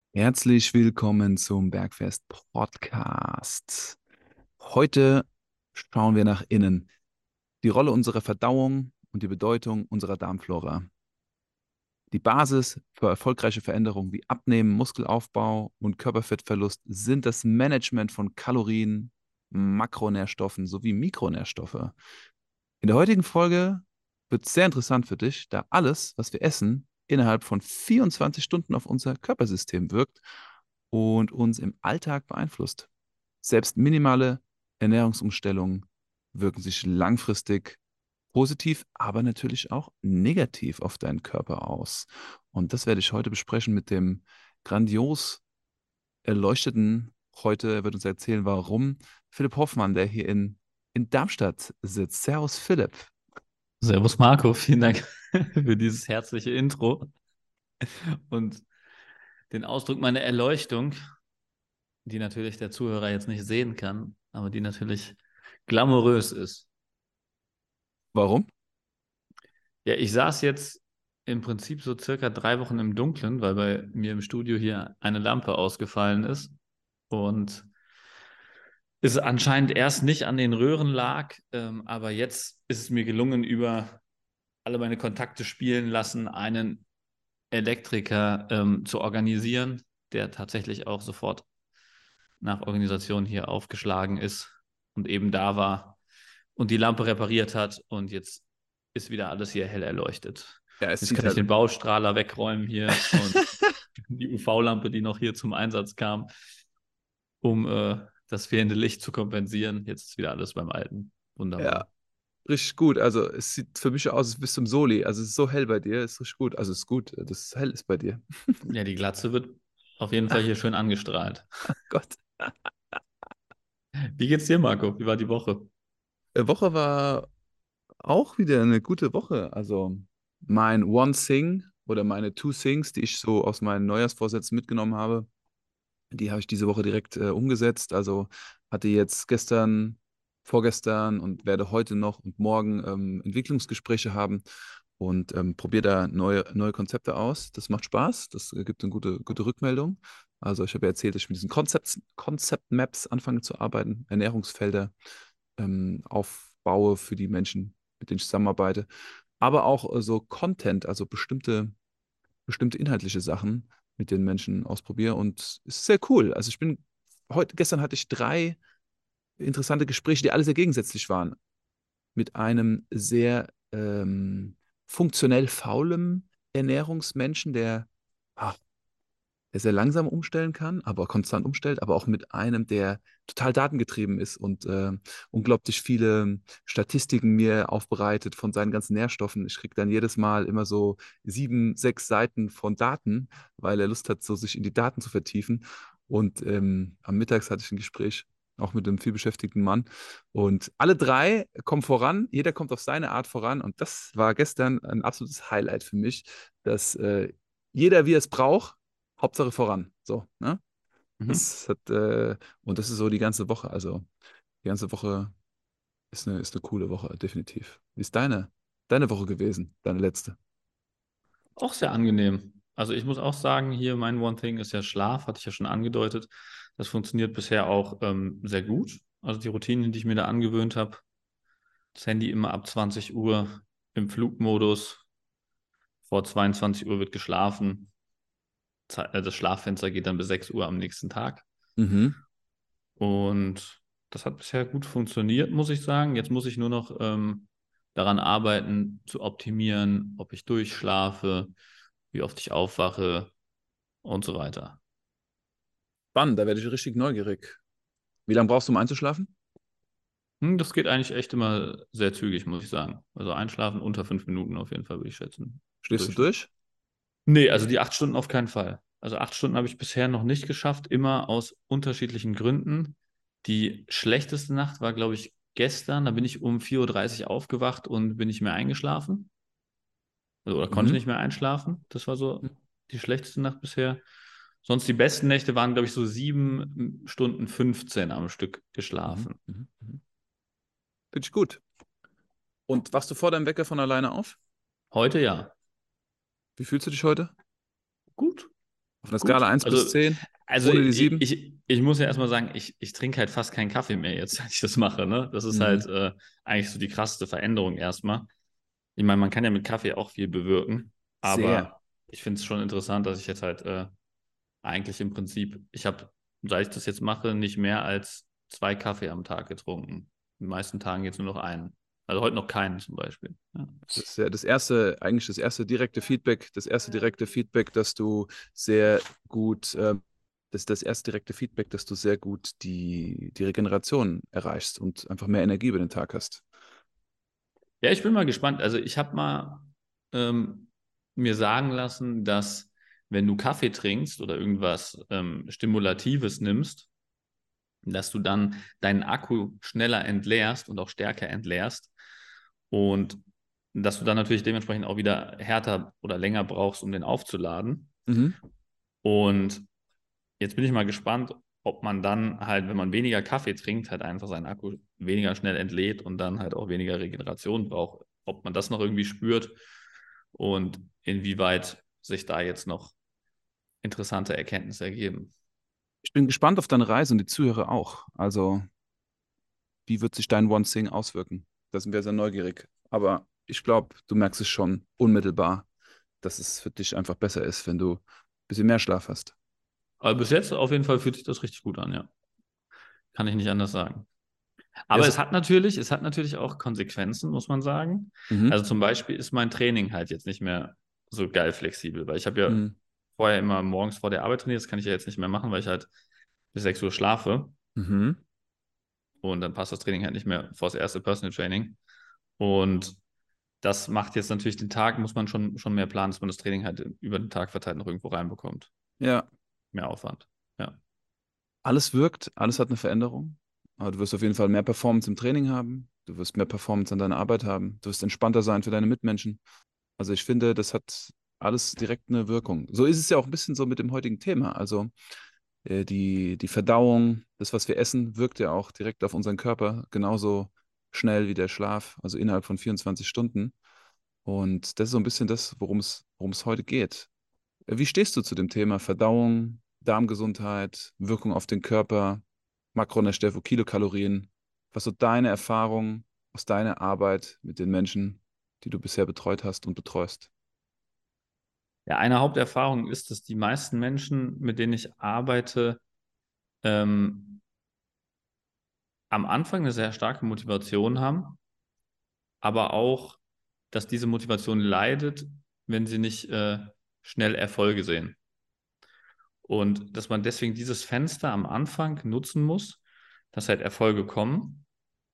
Herzlich willkommen zum Bergfest Podcast. Heute schauen wir nach innen. Die Rolle unserer Verdauung und die Bedeutung unserer Darmflora. Die Basis für erfolgreiche Veränderungen wie Abnehmen, Muskelaufbau und Körperfettverlust sind das Management von Kalorien, Makronährstoffen sowie Mikronährstoffe. In der heutigen Folge wird es sehr interessant für dich, da alles, was wir essen, innerhalb von 24 Stunden auf unser Körpersystem wirkt und uns im Alltag beeinflusst. Selbst minimale Ernährungsumstellungen wirken sich langfristig positiv, aber natürlich auch negativ auf deinen Körper aus. Und das werde ich heute besprechen mit dem grandios Erleuchteten. Heute er wird uns erzählen, warum Philipp Hoffmann, der hier in Darmstadt sitzt. Servus, Philipp. Servus Marco, vielen Dank für dieses herzliche Intro und den Ausdruck meiner Erleuchtung, die natürlich der Zuhörer jetzt nicht sehen kann, aber die natürlich glamourös ist. Warum? Ja, ich saß jetzt im Prinzip so circa 3 Wochen im Dunkeln, weil bei mir im Studio hier eine Lampe ausgefallen ist und es anscheinend erst nicht an den Röhren lag, aber jetzt ist es mir gelungen, über alle meine Kontakte spielen lassen, einen Elektriker zu organisieren, der tatsächlich auch sofort nach Organisation hier aufgeschlagen ist und eben da war und die Lampe repariert hat und jetzt ist wieder alles hier hell erleuchtet. Ja, es Jetzt sieht kann ich halt. den Baustrahler wegräumen hier und die UV-Lampe, die noch hier zum Einsatz kam, um das fehlende Licht zu kompensieren. Jetzt ist wieder alles beim Alten. Ja, Wunderbar. richtig gut. Also es sieht für mich aus, als bis zum Soli. Also es ist so hell bei dir, ist richtig gut. Also es ist gut, dass es hell ist bei dir. Ja, die Glatze wird auf jeden Fall hier schön angestrahlt. Gott. Wie geht's dir, Marco? Wie war die Woche? Woche war auch wieder eine gute Woche. Also mein One Thing oder meine Two Things, die ich so aus meinen Neujahrsvorsätzen mitgenommen habe, die habe ich diese Woche direkt umgesetzt. Also hatte jetzt gestern, vorgestern und werde heute noch und morgen Entwicklungsgespräche haben und probiere da neue Konzepte aus. Das macht Spaß, das gibt eine gute Rückmeldung. Also ich habe ja erzählt, dass ich mit diesen Concept Maps anfange zu arbeiten, Ernährungsfelder aufbaue für die Menschen, mit denen ich zusammenarbeite. Aber auch so Content, also bestimmte inhaltliche Sachen mit den Menschen ausprobiere und es ist sehr cool. Also gestern hatte ich drei interessante Gespräche, die alle sehr gegensätzlich waren. Mit einem sehr funktionell faulen Ernährungsmenschen, ah, der sehr langsam umstellen kann, aber konstant umstellt, aber auch mit einem, der total datengetrieben ist und unglaublich viele Statistiken mir aufbereitet von seinen ganzen Nährstoffen. Ich kriege dann jedes Mal immer so 7, 6 Seiten von Daten, weil er Lust hat, so sich in die Daten zu vertiefen. Und am Mittags hatte ich ein Gespräch auch mit einem vielbeschäftigten Mann. Und alle drei kommen voran, jeder kommt auf seine Art voran. Und das war gestern ein absolutes Highlight für mich, dass jeder, wie er es braucht, Hauptsache voran. So, ne? Mhm. Das hat, und das ist so die ganze Woche. Also die ganze Woche ist eine coole Woche, definitiv. Wie ist deine Woche gewesen, deine letzte? Auch sehr angenehm. Also ich muss auch sagen, hier mein One Thing ist ja Schlaf, hatte ich ja schon angedeutet. Das funktioniert bisher auch sehr gut. Also die Routinen, die ich mir da angewöhnt habe, das Handy immer ab 20 Uhr im Flugmodus, vor 22 Uhr wird geschlafen. Das Schlaffenster geht dann bis 6 Uhr am nächsten Tag. Mhm. Und das hat bisher gut funktioniert, muss ich sagen. Jetzt muss ich nur noch daran arbeiten, zu optimieren, ob ich durchschlafe, wie oft ich aufwache und so weiter. Spannend, da werde ich richtig neugierig. Wie lange brauchst du, um einzuschlafen? Das geht eigentlich echt immer sehr zügig, muss ich sagen. Also einschlafen unter 5 Minuten auf jeden Fall, würde ich schätzen. Schläfst du Durchschnitt. durch? Nee, also die 8 Stunden auf keinen Fall. Also 8 Stunden habe ich bisher noch nicht geschafft, immer aus unterschiedlichen Gründen. Die schlechteste Nacht war, glaube ich, gestern. Da bin ich um 4:30 Uhr aufgewacht und bin nicht mehr eingeschlafen. Also, oder konnte Mhm. nicht mehr einschlafen. Das war so die schlechteste Nacht bisher. Sonst die besten Nächte waren, glaube ich, so 7 Stunden 15 am Stück Mhm. geschlafen. Mhm. Mhm. Finde ich gut. Und wachst du vor deinem Wecker von alleine auf? Heute ja. Wie fühlst du dich heute? Gut. Auf einer Skala Gut. 1 bis 10, Also ohne die 7? ich muss ja erstmal sagen, ich trinke halt fast keinen Kaffee mehr jetzt, seit ich das mache, ne? Das ist Mhm. halt eigentlich so die krasseste Veränderung erstmal. Ich meine, man kann ja mit Kaffee auch viel bewirken, Sehr. aber ich finde es schon interessant, dass ich jetzt halt eigentlich im Prinzip, ich habe, seit ich das jetzt mache, nicht mehr als 2 Kaffee am Tag getrunken. In den meisten Tagen jetzt nur noch einen. Also heute noch keinen zum Beispiel. Ja. Das ist ja eigentlich das erste direkte Feedback, dass du sehr gut, das ist das erste direkte Feedback, dass du sehr gut die Regeneration erreichst und einfach mehr Energie über den Tag hast. Ja, ich bin mal gespannt. Also ich habe mal ähm, mir sagen lassen, dass wenn du Kaffee trinkst oder irgendwas Stimulatives nimmst, dass du dann deinen Akku schneller entleerst und auch stärker entleerst und dass du dann natürlich dementsprechend auch wieder härter oder länger brauchst, um den aufzuladen. Mhm. Und jetzt bin ich mal gespannt, ob man dann halt, wenn man weniger Kaffee trinkt, halt einfach seinen Akku weniger schnell entlädt und dann halt auch weniger Regeneration braucht. Ob man das noch irgendwie spürt und inwieweit sich da jetzt noch interessante Erkenntnisse ergeben. Ich bin gespannt auf deine Reise und die Zuhörer auch. Also, wie wird sich dein One Thing auswirken? Da sind wir sehr neugierig. Aber ich glaube, du merkst es schon unmittelbar, dass es für dich einfach besser ist, wenn du ein bisschen mehr Schlaf hast. Aber bis jetzt auf jeden Fall fühlt sich das richtig gut an, ja. Kann ich nicht anders sagen. Ja, Aber so. es hat natürlich auch Konsequenzen, muss man sagen. Mhm. Also zum Beispiel ist mein Training halt jetzt nicht mehr so geil flexibel, weil ich habe ja Mhm. vorher immer morgens vor der Arbeit trainiert, das kann ich ja jetzt nicht mehr machen, weil ich halt bis 6 Uhr schlafe Mhm. und dann passt das Training halt nicht mehr vor das erste Personal Training. Und das macht jetzt natürlich den Tag, muss man schon mehr planen, dass man das Training halt über den Tag verteilt noch irgendwo reinbekommt. Ja, Mehr Aufwand. Ja. alles wirkt, alles hat eine Veränderung. Aber du wirst auf jeden Fall mehr Performance im Training haben. Du wirst mehr Performance an deiner Arbeit haben. Du wirst entspannter sein für deine Mitmenschen. Also ich finde, das hat alles direkt eine Wirkung. So ist es ja auch ein bisschen so mit dem heutigen Thema. Also die Verdauung, das, was wir essen, wirkt ja auch direkt auf unseren Körper genauso schnell wie der Schlaf, also innerhalb von 24 Stunden. Und das ist so ein bisschen das, worum es heute geht. Wie stehst du zu dem Thema Verdauung, Darmgesundheit, Wirkung auf den Körper, Makronährstoffe, Kilokalorien? Was so deine Erfahrungen aus deiner Arbeit mit den Menschen, die du bisher betreut hast und betreust? Ja, eine Haupterfahrung ist, dass die meisten Menschen, mit denen ich arbeite, ähm, am Anfang eine sehr starke Motivation haben, aber auch, dass diese Motivation leidet, wenn sie nicht schnell Erfolge sehen. Und dass man deswegen dieses Fenster am Anfang nutzen muss, dass halt Erfolge kommen.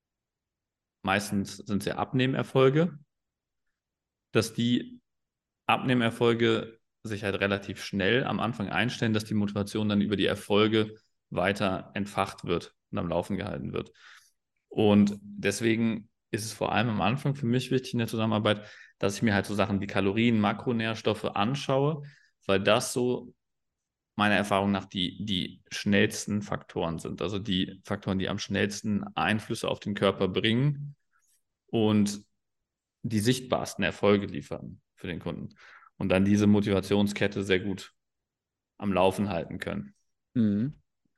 Meistens sind es ja Abnehmerfolge, dass die Abnehmerfolge sich halt relativ schnell am Anfang einstellen, dass die Motivation dann über die Erfolge weiter entfacht wird und am Laufen gehalten wird. Und deswegen ist es vor allem am Anfang für mich wichtig in der Zusammenarbeit, dass ich mir halt so Sachen wie Kalorien, Makronährstoffe anschaue, weil das so meiner Erfahrung nach die schnellsten Faktoren sind. Also die Faktoren, die am schnellsten Einflüsse auf den Körper bringen und die sichtbarsten Erfolge liefern für den Kunden. Und dann diese Motivationskette sehr gut am Laufen halten können. Mhm.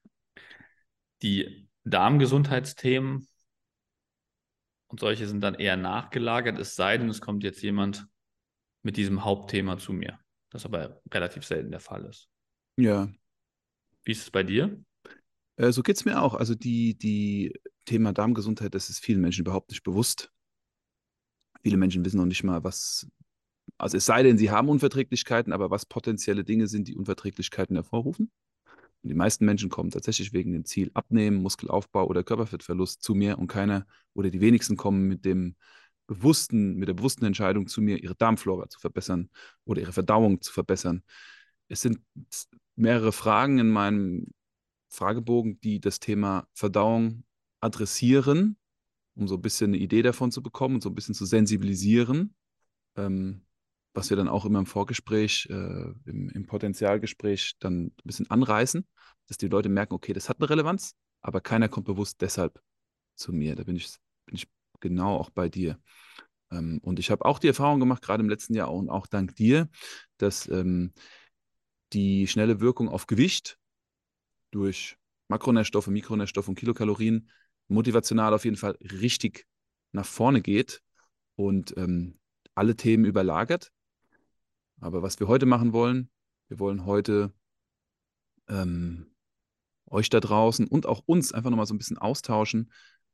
Die Darmgesundheitsthemen und solche sind dann eher nachgelagert, es sei denn, es kommt jetzt jemand mit diesem Hauptthema zu mir, das aber relativ selten der Fall ist. Ja, Wie ist es bei dir? so geht es mir auch. Also die Thema Darmgesundheit, das ist vielen Menschen überhaupt nicht bewusst. Viele Menschen wissen noch nicht mal, also es sei denn, sie haben Unverträglichkeiten, aber was potenzielle Dinge sind, die Unverträglichkeiten hervorrufen. Und die meisten Menschen kommen tatsächlich wegen dem Ziel Abnehmen, Muskelaufbau oder Körperfettverlust zu mir und keiner oder die wenigsten kommen mit der bewussten Entscheidung zu mir, ihre Darmflora zu verbessern oder ihre Verdauung zu verbessern. Es sind mehrere Fragen in meinem Fragebogen, die das Thema Verdauung adressieren, um so ein bisschen eine Idee davon zu bekommen und so ein bisschen zu sensibilisieren, ähm, was wir dann auch immer im Vorgespräch, im Potenzialgespräch dann ein bisschen anreißen, dass die Leute merken, okay, das hat eine Relevanz, aber keiner kommt bewusst deshalb zu mir. Da bin ich genau auch bei dir. Und ich habe auch die Erfahrung gemacht, gerade im letzten Jahr und auch dank dir, dass die schnelle Wirkung auf Gewicht durch Makronährstoffe, Mikronährstoffe und Kilokalorien motivational auf jeden Fall richtig nach vorne geht und alle Themen überlagert. Aber was wir heute machen wollen, wir wollen heute ähm, euch da draußen und auch uns einfach nochmal so ein bisschen austauschen,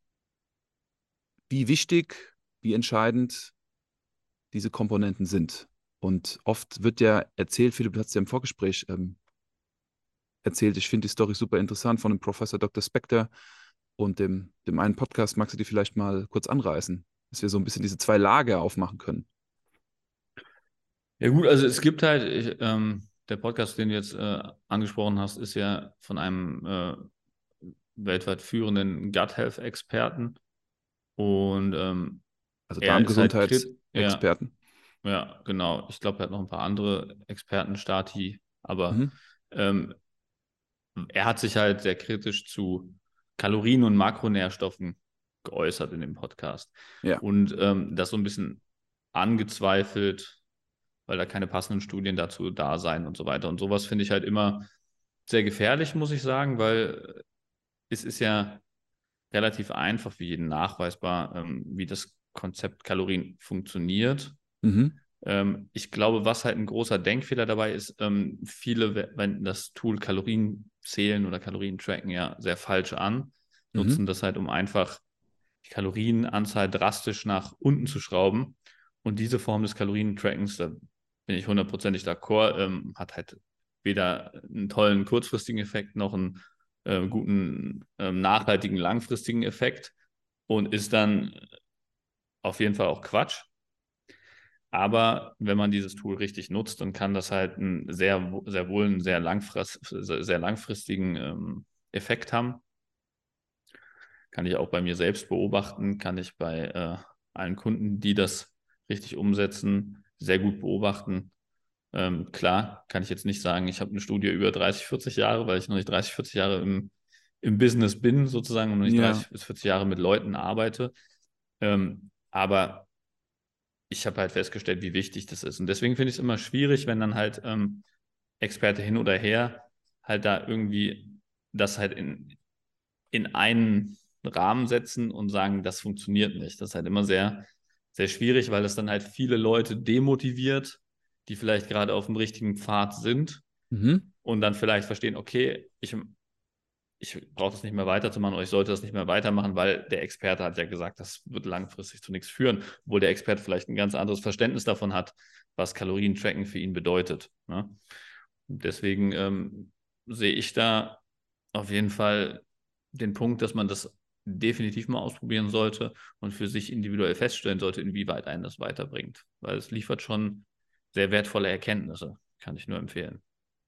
wie wichtig, wie entscheidend diese Komponenten sind. Und oft wird ja erzählt, Philipp, du hast ja im Vorgespräch erzählt, ich finde die Story super interessant von dem Professor Dr. Spector und dem einen Podcast. Magst du die vielleicht mal kurz anreißen, dass wir so ein bisschen diese zwei Lager aufmachen können? Ja gut, also es gibt halt, der Podcast, den du jetzt angesprochen hast, ist ja von einem weltweit führenden Gut Health Experten und Also er ist halt ja, Darmgesundheitsexperten. ja, genau. Ich glaube, er hat noch ein paar andere Experten, Stati, aber Mhm. ähm, er hat sich halt sehr kritisch zu Kalorien und Makronährstoffen geäußert in dem Podcast Ja. und das so ein bisschen angezweifelt, weil da keine passenden Studien dazu da seien und so weiter. Und sowas finde ich halt immer sehr gefährlich, muss ich sagen, weil es ist ja relativ einfach für jeden nachweisbar, wie das Konzept Kalorien funktioniert. Mhm. Ich glaube, was halt ein großer Denkfehler dabei ist, viele wenden das Tool Kalorien zählen oder Kalorien tracken ja sehr falsch an, nutzen Mhm. das halt, um einfach die Kalorienanzahl drastisch nach unten zu schrauben. Und diese Form des Kalorientrackens, da bin ich hundertprozentig d'accord, hat halt weder einen tollen kurzfristigen Effekt noch einen guten nachhaltigen langfristigen Effekt und ist dann auf jeden Fall auch Quatsch. Aber wenn man dieses Tool richtig nutzt, dann kann das halt einen sehr wohl einen sehr langfristigen Effekt haben. Kann ich auch bei mir selbst beobachten, kann ich bei allen Kunden, die das richtig umsetzen, sehr gut beobachten. Klar, kann ich jetzt nicht sagen, ich habe eine Studie über 30, 40 Jahre, weil ich noch nicht 30, 40 Jahre im Business bin, sozusagen, und noch nicht Ja. 30 bis 40 Jahre mit Leuten arbeite. Aber ich habe halt festgestellt, wie wichtig das ist. Und deswegen finde ich es immer schwierig, wenn dann halt Experte hin oder her halt da irgendwie das halt in einen Rahmen setzen und sagen, das funktioniert nicht. Das ist halt immer sehr schwierig, weil das dann halt viele Leute demotiviert, die vielleicht gerade auf dem richtigen Pfad sind Mhm. und dann vielleicht verstehen, okay, ich brauche das nicht mehr weiterzumachen oder ich sollte das nicht mehr weitermachen, weil der Experte hat ja gesagt, das wird langfristig zu nichts führen, obwohl der Experte vielleicht ein ganz anderes Verständnis davon hat, was Kalorientracken für ihn bedeutet. Ne? Deswegen sehe ich da auf jeden Fall den Punkt, dass man das definitiv mal ausprobieren sollte und für sich individuell feststellen sollte, inwieweit einen das weiterbringt. Weil es liefert schon sehr wertvolle Erkenntnisse, kann ich nur empfehlen.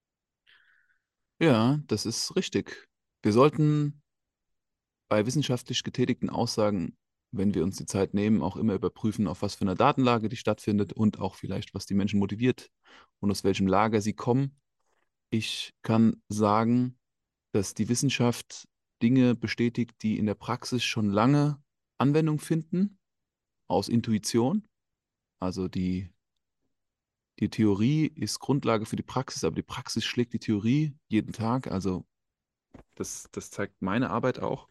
Ja, das ist richtig. Wir sollten bei wissenschaftlich getätigten Aussagen, wenn wir uns die Zeit nehmen, auch immer überprüfen, auf was für einer Datenlage die stattfindet und auch vielleicht, was die Menschen motiviert und aus welchem Lager sie kommen. Ich kann sagen, dass die Wissenschaft Dinge bestätigt, die in der Praxis schon lange Anwendung finden, aus Intuition. Also die Theorie ist Grundlage für die Praxis, aber die Praxis schlägt die Theorie jeden Tag. Also das zeigt meine Arbeit auch.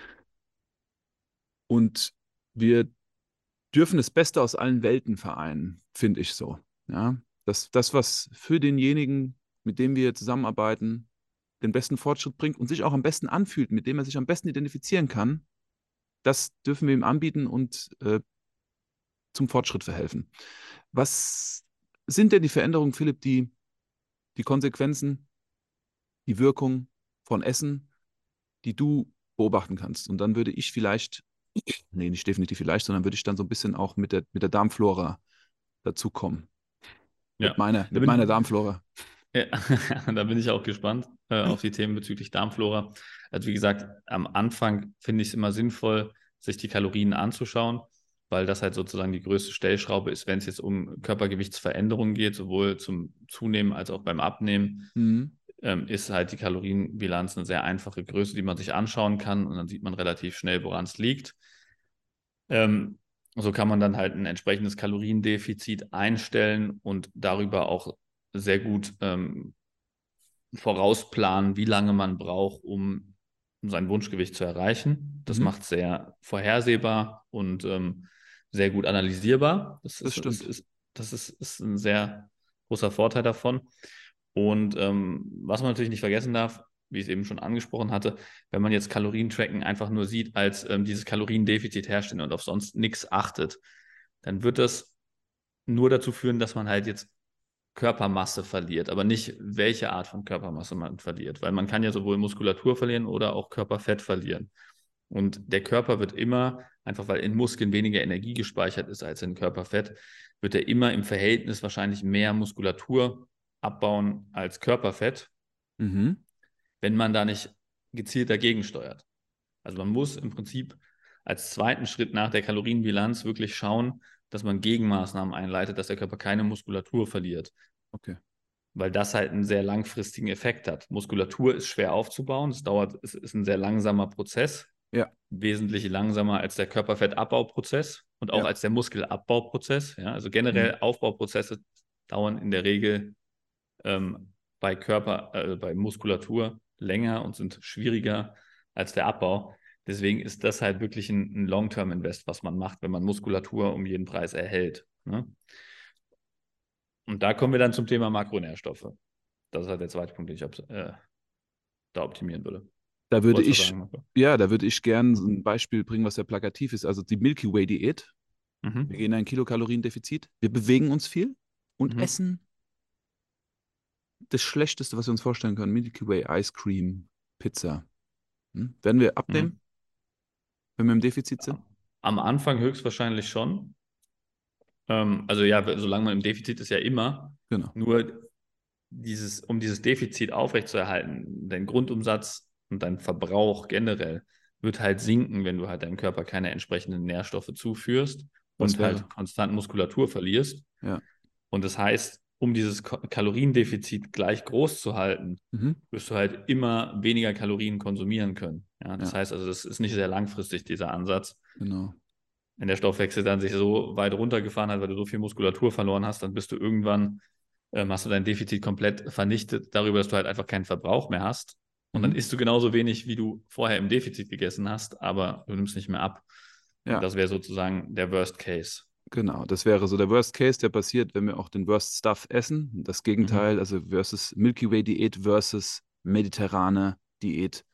Und wir dürfen das Beste aus allen Welten vereinen, finde ich so. Ja, das, was für denjenigen, mit dem wir zusammenarbeiten, den besten Fortschritt bringt und sich auch am besten anfühlt, mit dem er sich am besten identifizieren kann, das dürfen wir ihm anbieten und zum Fortschritt verhelfen. Was sind denn die Veränderungen, Philipp, die Konsequenzen, die Wirkung von Essen, die du beobachten kannst? Und dann würde ich vielleicht, nee, nicht definitiv vielleicht, sondern würde ich dann so ein bisschen auch mit der Darmflora dazukommen. Mit Ja, meiner, da mit meiner bin, Darmflora. ja, da bin ich auch gespannt auf die Themen bezüglich Darmflora. Also wie gesagt, am Anfang finde ich es immer sinnvoll, sich die Kalorien anzuschauen, weil das halt sozusagen die größte Stellschraube ist, wenn es jetzt um Körpergewichtsveränderungen geht, sowohl zum Zunehmen als auch beim Abnehmen, Mhm. ist halt die Kalorienbilanz eine sehr einfache Größe, die man sich anschauen kann und dann sieht man relativ schnell, woran es liegt. Ähm, so kann man dann halt ein entsprechendes Kaloriendefizit einstellen und darüber auch sehr gut vorausplanen, wie lange man braucht, um sein Wunschgewicht zu erreichen. Das Mhm. macht es sehr vorhersehbar und sehr gut analysierbar. Das stimmt. Ist ein sehr großer Vorteil davon. Und was man natürlich nicht vergessen darf, wie ich es eben schon angesprochen hatte, wenn man jetzt Kalorientracken einfach nur sieht als dieses Kaloriendefizit herstellen und auf sonst nichts achtet, dann wird das nur dazu führen, dass man halt jetzt Körpermasse verliert, aber nicht welche Art von Körpermasse man verliert, weil man kann ja sowohl Muskulatur verlieren oder auch Körperfett verlieren. Und der Körper wird immer, einfach weil in Muskeln weniger Energie gespeichert ist als in Körperfett, wird er immer im Verhältnis wahrscheinlich mehr Muskulatur abbauen als Körperfett, Mhm. wenn man da nicht gezielt dagegen steuert. Also man muss im Prinzip als zweiten Schritt nach der Kalorienbilanz wirklich schauen, dass man Gegenmaßnahmen einleitet, dass der Körper keine Muskulatur verliert, Okay. weil das halt einen sehr langfristigen Effekt hat. Muskulatur ist schwer aufzubauen, es ist ein sehr langsamer Prozess, Ja, wesentlich langsamer als der Körperfettabbauprozess und auch ja. als der Muskelabbauprozess. Ja? Also Mhm. generell Aufbauprozesse dauern in der Regel bei Muskulatur länger und sind schwieriger als der Abbau. Deswegen ist das halt wirklich ein Long-Term-Invest, was man macht, wenn man Muskulatur um jeden Preis erhält. Ne? Und da kommen wir dann zum Thema Makronährstoffe. Das ist halt der zweite Punkt, den ich da optimieren würde. Da würde Wolltest du was ich, sagen, Marco? ja, da würde ich gern so ein Beispiel bringen, was sehr plakativ ist. Also die Milky Way Diät. Wir Mhm. gehen in ein Kilokaloriendefizit. Wir bewegen uns viel und Mhm. essen das Schlechteste, was wir uns vorstellen können. Milky Way, Ice Cream, Pizza. Werden wir abnehmen, Mhm. wenn wir im Defizit sind? Am Anfang höchstwahrscheinlich schon. Also ja, solange man im Defizit ist, ja immer. Genau. Nur um dieses Defizit aufrechtzuerhalten, dein Grundumsatz und dein Verbrauch generell wird halt sinken, wenn du halt deinem Körper keine entsprechenden Nährstoffe zuführst Was und wäre? halt konstant Muskulatur verlierst. Ja. Und das heißt, um dieses Kaloriendefizit gleich groß zu halten, Mhm. wirst du halt immer weniger Kalorien konsumieren können. Ja, das Ja, heißt also, das ist nicht sehr langfristig, dieser Ansatz. genau. Wenn der Stoffwechsel dann sich so weit runtergefahren hat, weil du so viel Muskulatur verloren hast, dann bist du irgendwann, hast du dein Defizit komplett vernichtet, darüber, dass du halt einfach keinen Verbrauch mehr hast. Und dann Mhm. isst du genauso wenig, wie du vorher im Defizit gegessen hast, aber du nimmst nicht mehr ab. Und Ja, das wäre sozusagen der Worst Case. genau. Das wäre so der Worst Case, der passiert, wenn wir auch den Worst Stuff essen. Das Gegenteil, Mhm. also versus Milky Way Diät versus mediterrane Diät.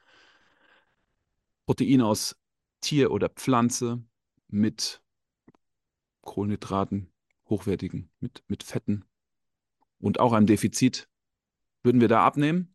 Protein aus Tier oder Pflanze mit Kohlenhydraten, hochwertigen, mit Fetten und auch einem Defizit. Würden wir da abnehmen?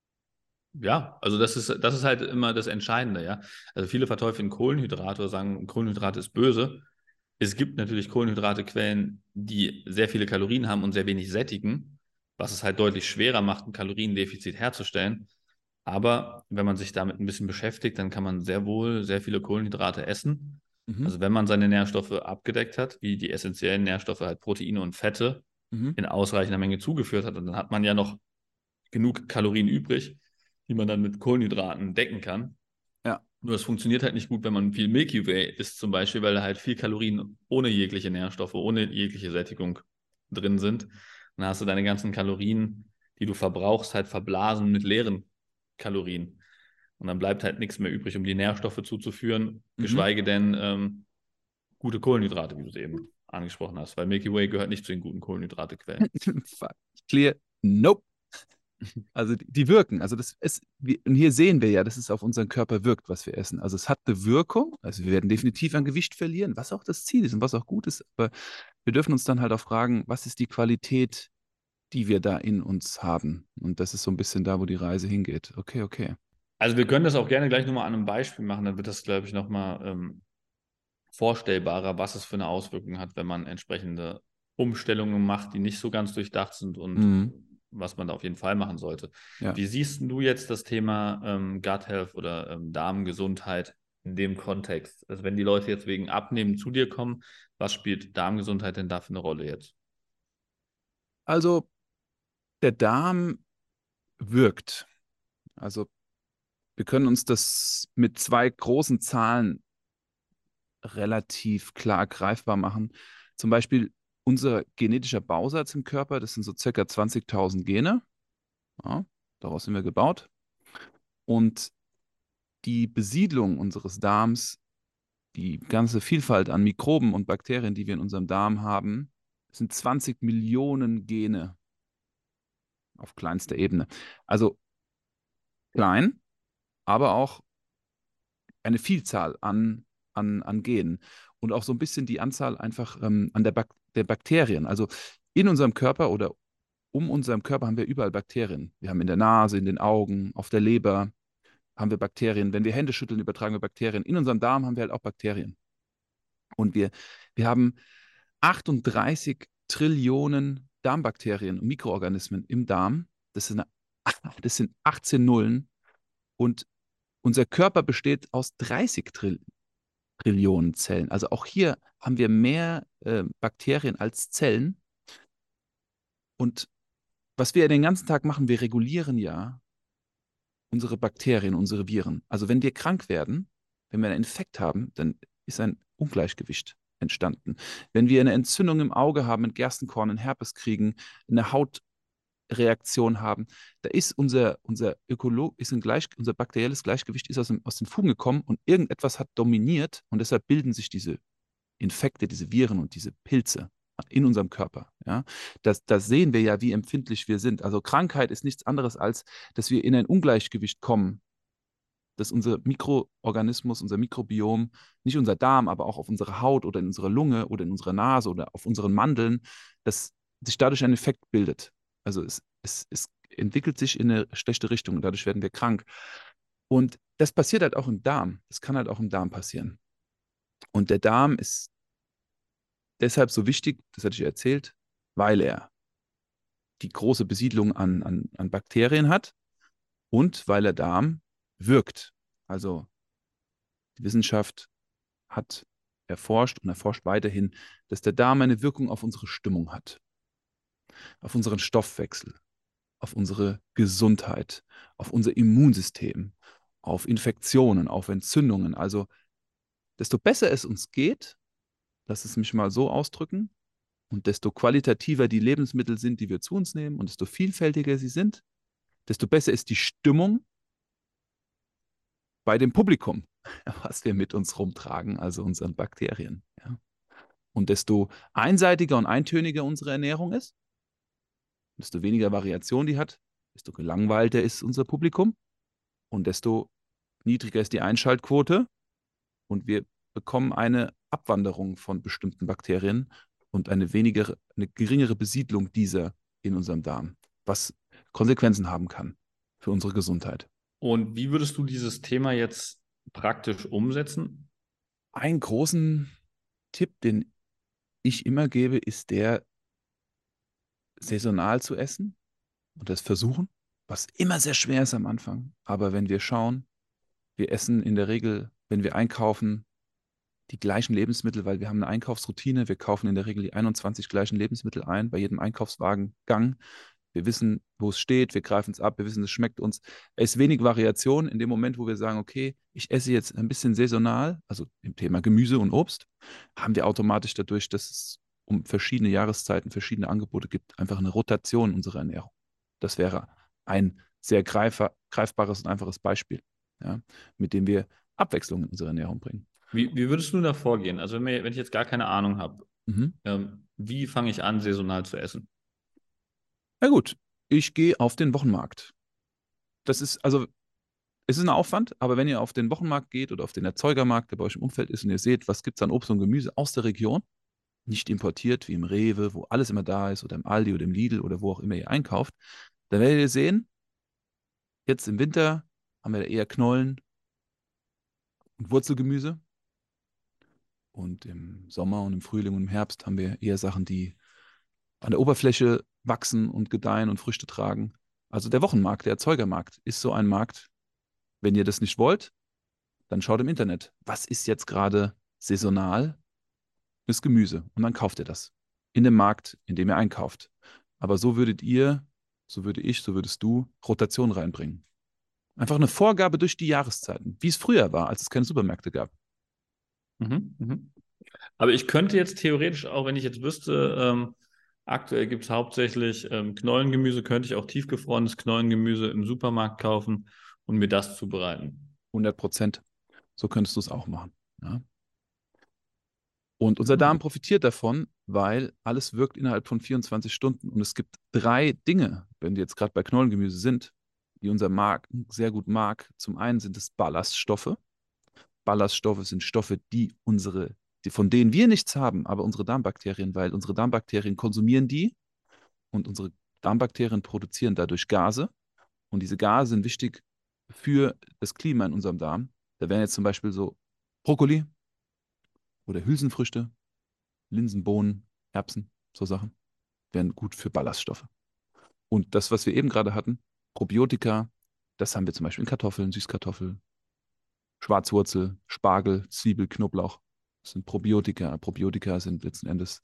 Ja, also das ist halt immer das Entscheidende, ja. Also viele verteufeln Kohlenhydrate oder sagen, Kohlenhydrate ist böse. Es gibt natürlich Kohlenhydratequellen, die sehr viele Kalorien haben und sehr wenig sättigen, was es halt deutlich schwerer macht, ein Kaloriendefizit herzustellen. Aber wenn man sich damit ein bisschen beschäftigt, dann kann man sehr wohl sehr viele Kohlenhydrate essen. Mhm. Also wenn man seine Nährstoffe abgedeckt hat, wie die essentiellen Nährstoffe halt Proteine und Fette Mhm. in ausreichender Menge zugeführt hat, und dann hat man ja noch genug Kalorien übrig, die man dann mit Kohlenhydraten decken kann. Ja. Nur das funktioniert halt nicht gut, wenn man viel Milky Way isst zum Beispiel, weil da halt viel Kalorien ohne jegliche Nährstoffe, ohne jegliche Sättigung drin sind. Dann hast du deine ganzen Kalorien, die du verbrauchst, halt verblasen mit leeren Kalorien. Und dann bleibt halt nichts mehr übrig, um die Nährstoffe zuzuführen, Mhm. geschweige denn gute Kohlenhydrate, wie du es eben angesprochen hast, weil Milky Way gehört nicht zu den guten Kohlenhydratequellen. Fuck. Clear. Nope. Also die wirken. Also und hier sehen wir ja, dass es auf unseren Körper wirkt, was wir essen. Also es hat eine Wirkung. Also wir werden definitiv an Gewicht verlieren, was auch das Ziel ist und was auch gut ist. Aber wir dürfen uns dann halt auch fragen, was ist die Qualität, die wir da in uns haben? Und das ist so ein bisschen da, wo die Reise hingeht. Okay, okay. Also wir können das auch gerne gleich nochmal an einem Beispiel machen, dann wird das, glaube ich, nochmal vorstellbarer, was es für eine Auswirkung hat, wenn man entsprechende Umstellungen macht, die nicht so ganz durchdacht sind und Mhm. was man da auf jeden Fall machen sollte. Ja. Wie siehst du jetzt das Thema Gut Health oder Darmgesundheit in dem Kontext? Also wenn die Leute jetzt wegen Abnehmen zu dir kommen, was spielt Darmgesundheit denn da für eine Rolle jetzt? Also der Darm wirkt. Also wir können uns das mit zwei großen Zahlen relativ klar greifbar machen. Zum Beispiel unser genetischer Bausatz im Körper, das sind so circa 20.000 Gene. Ja. Daraus sind wir gebaut. Und die Besiedlung unseres Darms, die ganze Vielfalt an Mikroben und Bakterien, die wir in unserem Darm haben, sind 20 Millionen Gene auf kleinster Ebene. Also klein, aber auch eine Vielzahl an Genen und auch so ein bisschen die Anzahl einfach der Bakterien. Also in unserem Körper oder um unserem Körper haben wir überall Bakterien. Wir haben in der Nase, in den Augen, auf der Leber haben wir Bakterien. Wenn wir Hände schütteln, übertragen wir Bakterien. In unserem Darm haben wir halt auch Bakterien. Und wir haben 38 Trillionen Darmbakterien und Mikroorganismen im Darm. Das sind 18 Nullen. Und unser Körper besteht aus 30 Trillionen Zellen. Also auch hier haben wir mehr Bakterien als Zellen. Und was wir den ganzen Tag machen, wir regulieren ja unsere Bakterien, unsere Viren. Also wenn wir krank werden, wenn wir einen Infekt haben, dann ist ein Ungleichgewicht entstanden. Wenn wir eine Entzündung im Auge haben, ein Gerstenkorn, einen Herpes kriegen, eine Hautreaktion haben, da ist unser bakterielles Gleichgewicht ist aus den Fugen gekommen und irgendetwas hat dominiert und deshalb bilden sich diese Infekte, diese Viren und diese Pilze in unserem Körper. Ja? Das sehen wir ja, wie empfindlich wir sind. Also Krankheit ist nichts anderes, als dass wir in ein Ungleichgewicht kommen, dass unser Mikroorganismus, unser Mikrobiom, nicht unser Darm, aber auch auf unserer Haut oder in unserer Lunge oder in unserer Nase oder auf unseren Mandeln, dass sich dadurch ein Effekt bildet. Also es entwickelt sich in eine schlechte Richtung und dadurch werden wir krank. Und das passiert halt auch im Darm. Das kann halt auch im Darm passieren. Und der Darm ist deshalb so wichtig, das hatte ich ja erzählt, weil er die große Besiedlung an Bakterien hat und weil der Darm wirkt. Also die Wissenschaft hat erforscht und erforscht weiterhin, dass der Darm eine Wirkung auf unsere Stimmung hat, auf unseren Stoffwechsel, auf unsere Gesundheit, auf unser Immunsystem, auf Infektionen, auf Entzündungen. Also desto besser es uns geht, lass es mich mal so ausdrücken, und desto qualitativer die Lebensmittel sind, die wir zu uns nehmen, und desto vielfältiger sie sind, desto besser ist die Stimmung bei dem Publikum, was wir mit uns rumtragen, also unseren Bakterien. Ja. Und desto einseitiger und eintöniger unsere Ernährung ist, desto weniger Variation die hat, desto gelangweilter ist unser Publikum und desto niedriger ist die Einschaltquote und wir bekommen eine Abwanderung von bestimmten Bakterien und eine geringere Besiedlung dieser in unserem Darm, was Konsequenzen haben kann für unsere Gesundheit. Und wie würdest du dieses Thema jetzt praktisch umsetzen? Einen großen Tipp, den ich immer gebe, ist der, saisonal zu essen und das versuchen, was immer sehr schwer ist am Anfang. Aber wenn wir schauen, wir essen in der Regel, wenn wir einkaufen, die gleichen Lebensmittel, weil wir haben eine Einkaufsroutine. Wir kaufen in der Regel die 21 gleichen Lebensmittel ein bei jedem Einkaufswagengang. Wir wissen, wo es steht, wir greifen es ab, wir wissen, es schmeckt uns. Es ist wenig Variation in dem Moment, wo wir sagen, okay, ich esse jetzt ein bisschen saisonal, also im Thema Gemüse und Obst, haben wir automatisch dadurch, dass es um verschiedene Jahreszeiten verschiedene Angebote gibt, einfach eine Rotation unserer Ernährung. Das wäre ein sehr greifbares und einfaches Beispiel, ja, mit dem wir Abwechslung in unsere Ernährung bringen. Wie würdest du da vorgehen? Also wenn ich jetzt gar keine Ahnung habe, Mhm. wie fange ich an, saisonal zu essen? Na gut, ich gehe auf den Wochenmarkt. Das ist, also, es ist ein Aufwand, aber wenn ihr auf den Wochenmarkt geht oder auf den Erzeugermarkt, der bei euch im Umfeld ist und ihr seht, was gibt es an Obst und Gemüse aus der Region, nicht importiert wie im Rewe, wo alles immer da ist, oder im Aldi oder im Lidl oder wo auch immer ihr einkauft, dann werdet ihr sehen, jetzt im Winter haben wir da eher Knollen und Wurzelgemüse und im Sommer und im Frühling und im Herbst haben wir eher Sachen, die an der Oberfläche wachsen und gedeihen und Früchte tragen. Also der Wochenmarkt, der Erzeugermarkt ist so ein Markt. Wenn ihr das nicht wollt, dann schaut im Internet, was ist jetzt gerade saisonal? Das Gemüse. Und dann kauft ihr das. In dem Markt, in dem ihr einkauft. Aber so würdet ihr, so würde ich, so würdest du Rotation reinbringen. Einfach eine Vorgabe durch die Jahreszeiten, wie es früher war, als es keine Supermärkte gab. Mhm, mhm. Aber ich könnte jetzt theoretisch auch, wenn ich jetzt wüsste, Aktuell gibt es hauptsächlich Knollengemüse, könnte ich auch tiefgefrorenes Knollengemüse im Supermarkt kaufen und mir das zubereiten. 100%. So könntest du es auch machen. Ja? Und unser Darm Mhm. profitiert davon, weil alles wirkt innerhalb von 24 Stunden. Und es gibt drei Dinge, wenn wir jetzt gerade bei Knollengemüse sind, die unser Magen sehr gut mag. Zum einen sind es Ballaststoffe. Ballaststoffe sind Stoffe, von denen wir nichts haben, aber unsere Darmbakterien, weil unsere Darmbakterien konsumieren die und unsere Darmbakterien produzieren dadurch Gase. Und diese Gase sind wichtig für das Klima in unserem Darm. Da wären jetzt zum Beispiel so Brokkoli oder Hülsenfrüchte, Linsenbohnen, Erbsen, so Sachen, wären gut für Ballaststoffe. Und das, was wir eben gerade hatten, Probiotika, das haben wir zum Beispiel in Kartoffeln, Süßkartoffeln, Schwarzwurzel, Spargel, Zwiebel, Knoblauch. Das sind Probiotika. Probiotika sind letzten Endes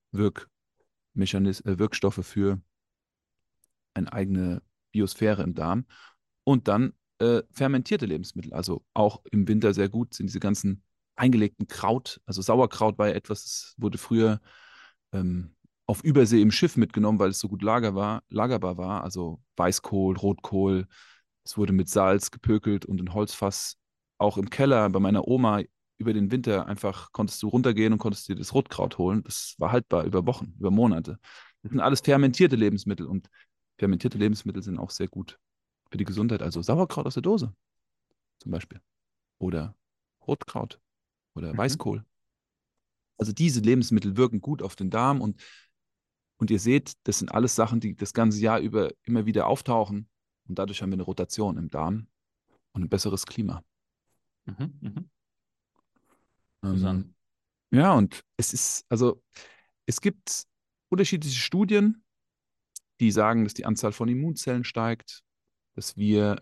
Wirkstoffe für eine eigene Biosphäre im Darm. Und dann fermentierte Lebensmittel, also auch im Winter sehr gut sind diese ganzen eingelegten Kraut. Also Sauerkraut war ja etwas, das wurde früher ähm, auf Übersee im Schiff mitgenommen, weil es so gut lagerbar war. Also Weißkohl, Rotkohl. Es wurde mit Salz gepökelt und in Holzfass. Auch im Keller bei meiner Oma über den Winter einfach konntest du runtergehen und konntest dir das Rotkraut holen. Das war haltbar über Wochen, über Monate. Das sind alles fermentierte Lebensmittel und fermentierte Lebensmittel sind auch sehr gut für die Gesundheit. Also Sauerkraut aus der Dose zum Beispiel oder Rotkraut oder Mhm. Weißkohl. Also diese Lebensmittel wirken gut auf den Darm und ihr seht, das sind alles Sachen, die das ganze Jahr über immer wieder auftauchen und dadurch haben wir eine Rotation im Darm und ein besseres Klima. Mhm. Mhm. Ähm, Interessant. ja, und also es gibt unterschiedliche Studien, die sagen, dass die Anzahl von Immunzellen steigt, dass wir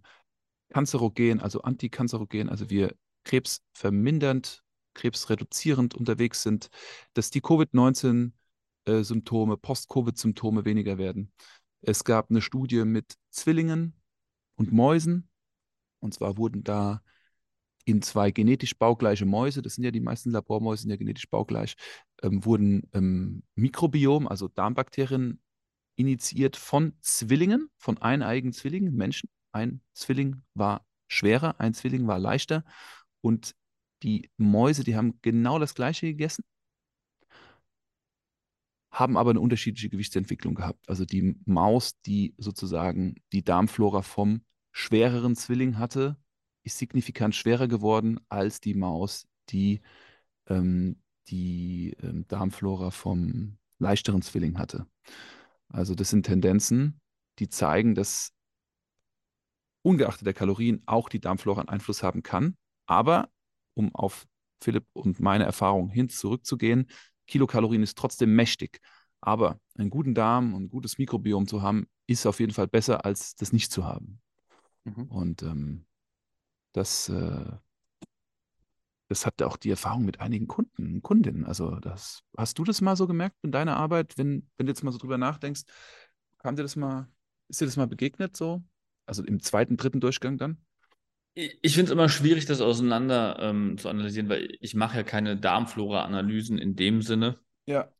also antikanzerogen, also wir krebsvermindernd, krebsreduzierend unterwegs sind, dass die Covid-19-Symptome, Post-Covid-Symptome weniger werden. Es gab eine Studie mit Zwillingen und Mäusen. Und zwar wurden da in zwei genetisch baugleiche Mäuse, das sind ja die meisten Labormäuse, sind ja genetisch baugleich, wurden Mikrobiom, also Darmbakterien, initiiert von Zwillingen, von eineiigen Zwillingen, Menschen. Ein Zwilling war schwerer, ein Zwilling war leichter. Und die Mäuse, die haben genau das Gleiche gegessen, haben aber eine unterschiedliche Gewichtsentwicklung gehabt. Also die Maus, die sozusagen die Darmflora vom schwereren Zwilling hatte, ist signifikant schwerer geworden als die Maus, ähm, die Darmflora vom leichteren Zwilling hatte. Also das sind Tendenzen, die zeigen, dass ungeachtet der Kalorien auch die Darmflora einen Einfluss haben kann. Aber um auf Philipp und meine Erfahrung hin zurückzugehen, Kilokalorien ist trotzdem mächtig. Aber einen guten Darm und ein gutes Mikrobiom zu haben, ist auf jeden Fall besser, als das nicht zu haben. Mhm. Und das, äh, das hat auch die Erfahrung mit einigen Kunden und Kundinnen. Also hast du das mal so gemerkt in deiner Arbeit, wenn du jetzt mal so drüber nachdenkst, kam dir das mal, ist dir das mal begegnet so? Also im zweiten, dritten Durchgang dann? Ich finde es immer schwierig, das auseinander zu analysieren, weil ich mache ja keine Darmflora-Analysen in dem Sinne. Ja.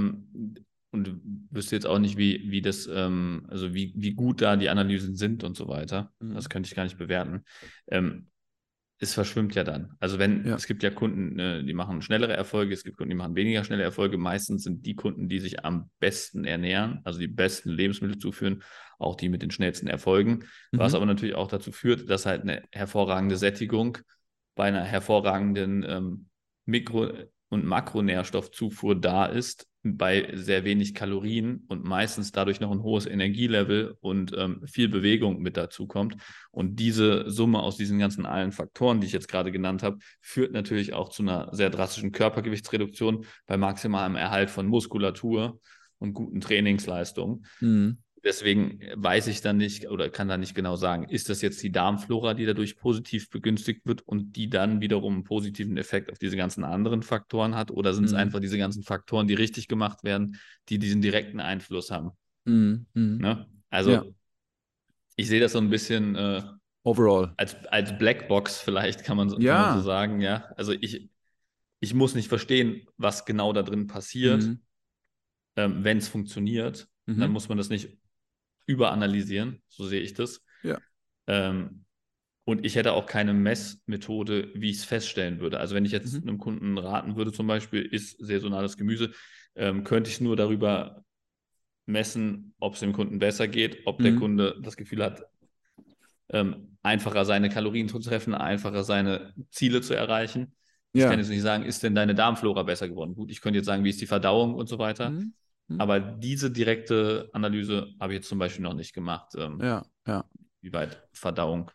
Und wüsste jetzt auch nicht, wie das, also wie gut da die Analysen sind und so weiter. Das Mhm. könnte ich gar nicht bewerten. Ähm, Es verschwimmt ja dann. Also wenn, Ja. es gibt ja Kunden, die machen schnellere Erfolge, es gibt Kunden, die machen weniger schnelle Erfolge. Meistens sind die Kunden, die sich am besten ernähren, also die besten Lebensmittel zuführen, auch die mit den schnellsten Erfolgen. Was Mhm. aber natürlich auch dazu führt, dass halt eine hervorragende Sättigung bei einer hervorragenden Mikro- und Makronährstoffzufuhr da ist, bei sehr wenig Kalorien und meistens dadurch noch ein hohes Energielevel und viel Bewegung mit dazu kommt. Und diese Summe aus diesen ganzen allen Faktoren, die ich jetzt gerade genannt habe, führt natürlich auch zu einer sehr drastischen Körpergewichtsreduktion bei maximalem Erhalt von Muskulatur und guten Trainingsleistungen. Mhm. Deswegen weiß ich dann nicht oder kann da nicht genau sagen, ist das jetzt die Darmflora, die dadurch positiv begünstigt wird und die dann wiederum einen positiven Effekt auf diese ganzen anderen Faktoren hat, oder sind es Mhm. einfach diese ganzen Faktoren, die richtig gemacht werden, die diesen direkten Einfluss haben? Mhm. Mhm. Ne? Ja. Also ich sehe das so ein bisschen Overall. als Blackbox, vielleicht kann man so Ja. sagen, ja. Also ich muss nicht verstehen, was genau da drin passiert, Mhm. wenn es funktioniert. Dann Mhm. muss man das nicht überanalysieren, so sehe ich das. Ja. Ähm, und ich hätte auch keine Messmethode, wie ich es feststellen würde. Also wenn ich jetzt Mhm. einem Kunden raten würde, zum Beispiel, isst saisonales Gemüse, könnte ich nur darüber messen, ob es dem Kunden besser geht, ob der Mhm. Kunde das Gefühl hat, einfacher seine Kalorien zu treffen, einfacher seine Ziele zu erreichen. Ich kann Ja. jetzt nicht sagen, ist denn deine Darmflora besser geworden? Gut, ich könnte jetzt sagen, wie ist die Verdauung und so weiter. Mhm. Mhm. Aber diese direkte Analyse habe ich jetzt zum Beispiel noch nicht gemacht, Ja. Ja. wie weit Verdauung.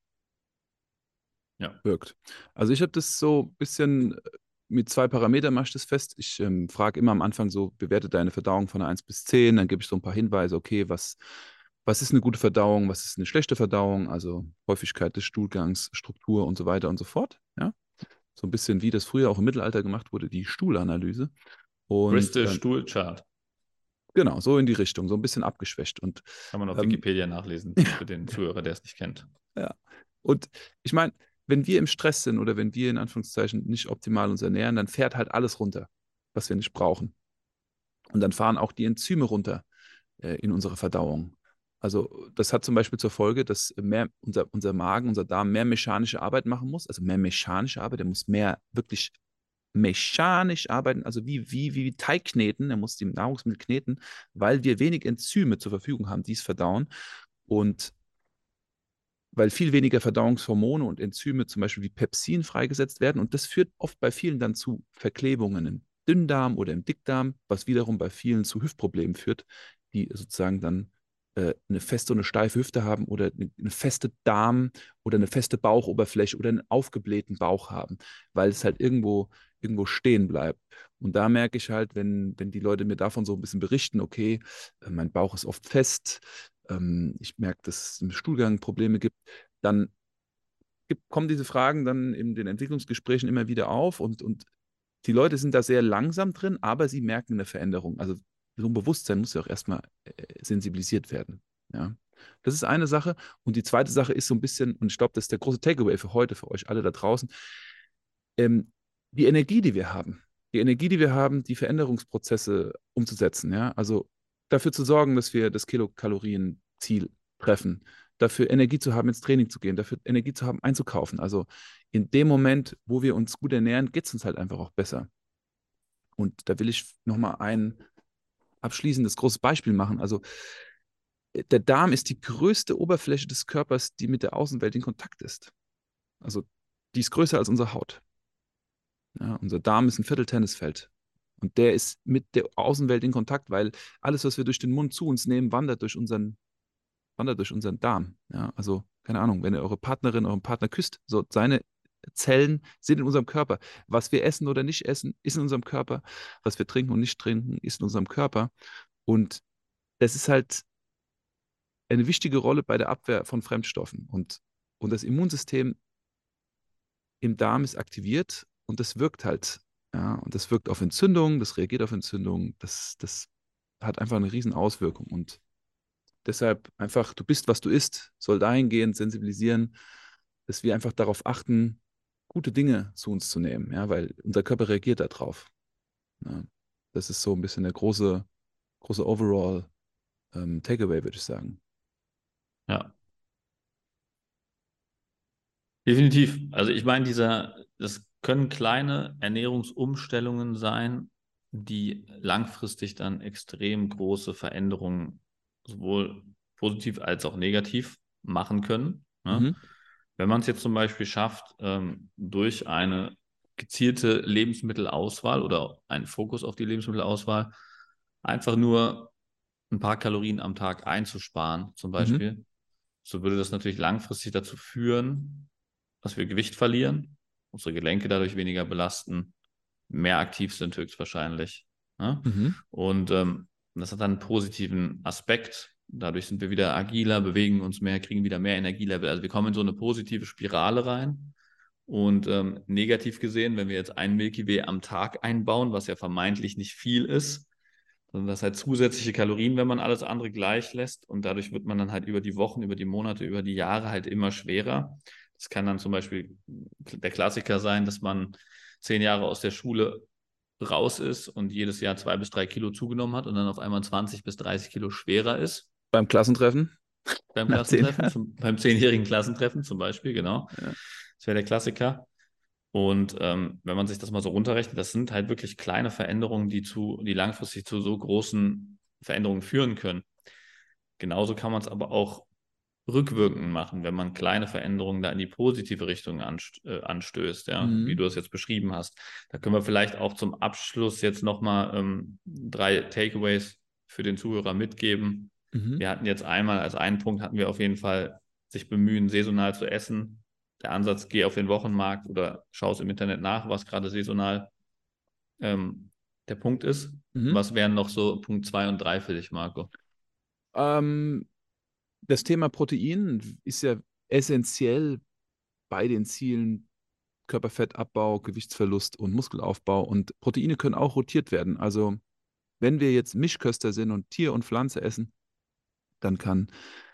Ja. Wirkt. Also ich habe das so ein bisschen mit zwei Parametern mache ich das fest. Ich frage immer am Anfang so, bewerte deine Verdauung von einer 1 bis 10. Dann gebe ich so ein paar Hinweise, okay, was ist eine gute Verdauung, was ist eine schlechte Verdauung, also Häufigkeit des Stuhlgangs, Struktur und so weiter und so fort. Ja? So ein bisschen wie das früher auch im Mittelalter gemacht wurde, die Stuhlanalyse. Und Bristol Stuhlchart genau, so in die Richtung, so ein bisschen abgeschwächt. Und kann man auf ähm, Wikipedia nachlesen, für den Zuhörer, der es nicht kennt. ja. Und ich meine, wenn wir im Stress sind oder wenn wir in Anführungszeichen nicht optimal uns ernähren, dann fährt halt alles runter, was wir nicht brauchen. Und dann fahren auch die Enzyme runter in unserer Verdauung. Also das hat zum Beispiel zur Folge, dass unser Magen, unser Darm mehr mechanische Arbeit machen muss, also mehr mechanische Arbeit, der muss mehr wirklich mechanisch arbeiten, also wie Teig kneten, er muss die Nahrungsmittel kneten, weil wir wenig Enzyme zur Verfügung haben, die es verdauen. Und weil viel weniger Verdauungshormone und Enzyme, zum Beispiel wie Pepsin, freigesetzt werden. Und das führt oft bei vielen dann zu Verklebungen im Dünndarm oder im Dickdarm, was wiederum bei vielen zu Hüftproblemen führt, die sozusagen dann eine feste und eine steife Hüfte haben oder eine feste Darm- oder eine feste Bauchoberfläche oder einen aufgeblähten Bauch haben, weil es halt irgendwo stehen bleibt. Und da merke ich halt, wenn die Leute mir davon so ein bisschen berichten, okay, mein Bauch ist oft fest, ich merke, dass es im Stuhlgang Probleme gibt, dann kommen diese Fragen dann in den Entwicklungsgesprächen immer wieder auf und die Leute sind da sehr langsam drin, aber sie merken eine Veränderung. Also so ein Bewusstsein muss ja auch erstmal sensibilisiert werden. Ja. Das ist eine Sache. Und die zweite Sache ist so ein bisschen, und ich glaube, das ist der große Takeaway für heute, für euch alle da draußen, ähm, die Energie, die wir haben. Die Energie, die wir haben, die Veränderungsprozesse umzusetzen. Ja? Also dafür zu sorgen, dass wir das Kilokalorien-Ziel treffen, dafür Energie zu haben, ins Training zu gehen, dafür Energie zu haben, einzukaufen. Also in dem Moment, wo wir uns gut ernähren, geht es uns halt einfach auch besser. Und da will ich nochmal ein abschließendes großes Beispiel machen. Also der Darm ist die größte Oberfläche des Körpers, die mit der Außenwelt in Kontakt ist. Also die ist größer als unsere Haut. Ja, unser Darm ist ein Viertel-Tennisfeld. Und der ist mit der Außenwelt in Kontakt, weil alles, was wir durch den Mund zu uns nehmen, wandert durch unseren Darm. Ja, also, keine Ahnung, wenn ihr eure Partnerin, euren Partner küsst, so seine Zellen sind in unserem Körper. Was wir essen oder nicht essen, ist in unserem Körper. Was wir trinken und nicht trinken, ist in unserem Körper. Und das ist halt eine wichtige Rolle bei der Abwehr von Fremdstoffen. Und das Immunsystem im Darm ist aktiviert und das wirkt halt. Ja, und das wirkt auf Entzündungen, das reagiert auf Entzündungen, das hat einfach eine riesen Auswirkung. Und deshalb einfach, du bist, was du isst, soll dahingehend sensibilisieren, dass wir einfach darauf achten, gute Dinge zu uns zu nehmen, ja, weil unser Körper reagiert darauf. Ja. Das ist so ein bisschen der große Overall Takeaway, würde ich sagen. Ja, definitiv. Also ich meine, das können kleine Ernährungsumstellungen sein, die langfristig dann extrem große Veränderungen sowohl positiv als auch negativ machen können. Ne? Mhm. Wenn man es jetzt zum Beispiel schafft, durch eine gezielte Lebensmittelauswahl oder einen Fokus auf die Lebensmittelauswahl, einfach nur ein paar Kalorien am Tag einzusparen, zum Mhm. Beispiel, so würde das natürlich langfristig dazu führen, dass wir Gewicht verlieren, unsere Gelenke dadurch weniger belasten, mehr aktiv sind höchstwahrscheinlich. Ne? Mhm. Und das hat dann einen positiven Aspekt. Dadurch sind wir wieder agiler, bewegen uns mehr, kriegen wieder mehr Energielevel. Also wir kommen in so eine positive Spirale rein. Und negativ gesehen, wenn wir jetzt ein Milky Way am Tag einbauen, was ja vermeintlich nicht viel ist, sondern das halt zusätzliche Kalorien, wenn man alles andere gleich lässt. Und dadurch wird man dann halt über die Wochen, über die Monate, über die Jahre halt immer schwerer. Das kann dann zum Beispiel der Klassiker sein, dass man 10 Jahre aus der Schule raus ist und jedes Jahr 2 bis 3 Kilo zugenommen hat und dann auf einmal 20 bis 30 Kilo schwerer ist Beim Klassentreffen beim nach 10 Klassentreffen, Jahren. beim 10-jährigen Klassentreffen zum Beispiel, genau. Ja. Das wäre der Klassiker. Und wenn man sich das mal so runterrechnet, das sind halt wirklich kleine Veränderungen, die langfristig zu so großen Veränderungen führen können. Genauso kann man es aber auch rückwirkend machen, wenn man kleine Veränderungen da in die positive Richtung anstößt, ja, wie Mhm. du es jetzt beschrieben hast. Da können wir vielleicht auch zum Abschluss jetzt nochmal 3 Takeaways für den Zuhörer mitgeben. Mhm. Wir hatten jetzt einmal, als einen Punkt hatten wir auf jeden Fall sich bemühen, saisonal zu essen. Der Ansatz, geh auf den Wochenmarkt oder schau es im Internet nach, was gerade saisonal ähm, der Punkt ist. Mhm. Was wären noch so Punkt 2 und 3 für dich, Marco? Ähm, Das Thema Protein ist ja essentiell bei den Zielen Körperfettabbau, Gewichtsverlust und Muskelaufbau. Und Proteine können auch rotiert werden. Also wenn wir jetzt Mischköster sind und Tier und Pflanze essen, dann kann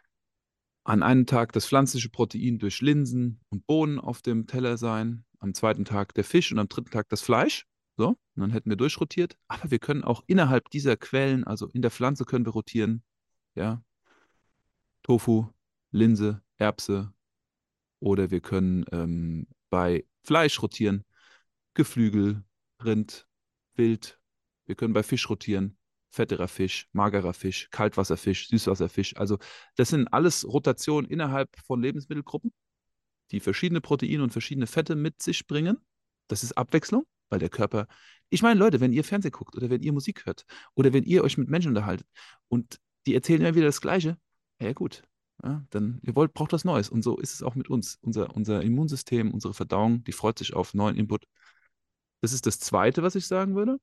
an einem Tag das pflanzliche Protein durch Linsen und Bohnen auf dem Teller sein, am zweiten Tag der Fisch und am dritten Tag das Fleisch. So, und dann hätten wir durchrotiert. Aber wir können auch innerhalb dieser Quellen, also in der Pflanze können wir rotieren. Ja, Tofu, Linse, Erbse, oder wir können bei Fleisch rotieren. Geflügel, Rind, Wild. Wir können bei Fisch rotieren. Fetterer Fisch, magerer Fisch, Kaltwasserfisch, Süßwasserfisch. Also das sind alles Rotationen innerhalb von Lebensmittelgruppen, die verschiedene Proteine und verschiedene Fette mit sich bringen. Das ist Abwechslung, weil der Körper. Ich meine, Leute, wenn ihr Fernsehen guckt oder wenn ihr Musik hört oder wenn ihr euch mit Menschen unterhaltet und die erzählen immer wieder das Gleiche, ja gut, ja, dann ihr wollt, braucht was Neues. Und so ist es auch mit uns. Unser Immunsystem, unsere Verdauung, die freut sich auf neuen Input. Das ist das Zweite, was ich sagen würde.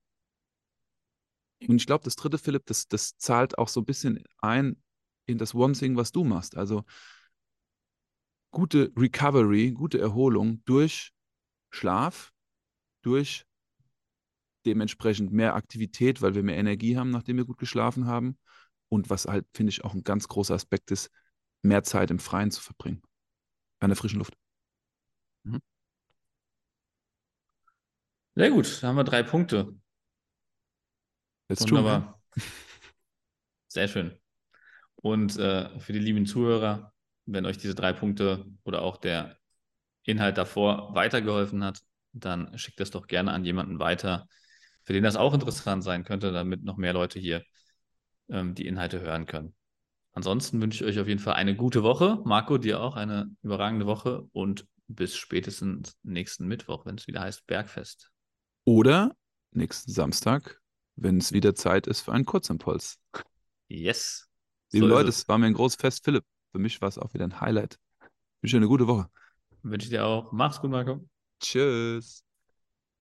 Und ich glaube, das Dritte, Philipp, das zahlt auch so ein bisschen ein in das One Thing, was du machst. Also gute Recovery, gute Erholung durch Schlaf, durch dementsprechend mehr Aktivität, weil wir mehr Energie haben, nachdem wir gut geschlafen haben. Und was halt, finde ich, auch ein ganz großer Aspekt ist, mehr Zeit im Freien zu verbringen, an der frischen Luft. Mhm. Sehr gut, da haben wir 3 Punkte. That's true, ja. Wunderbar, sehr schön. Und für die lieben Zuhörer, wenn euch diese 3 Punkte oder auch der Inhalt davor weitergeholfen hat, dann schickt es doch gerne an jemanden weiter, für den das auch interessant sein könnte, damit noch mehr Leute hier die Inhalte hören können. Ansonsten wünsche ich euch auf jeden Fall eine gute Woche. Marco, dir auch eine überragende Woche und bis spätestens nächsten Mittwoch, wenn es wieder heißt Bergfest. Oder nächsten Samstag, wenn es wieder Zeit ist für einen Kurzimpuls. Yes, Liebe so ist Leute, es. es war mir ein großes Fest, Philipp. Für mich war es auch wieder ein Highlight. Ich wünsche dir eine gute Woche. Wünsche ich dir auch. Mach's gut, Marco. Tschüss.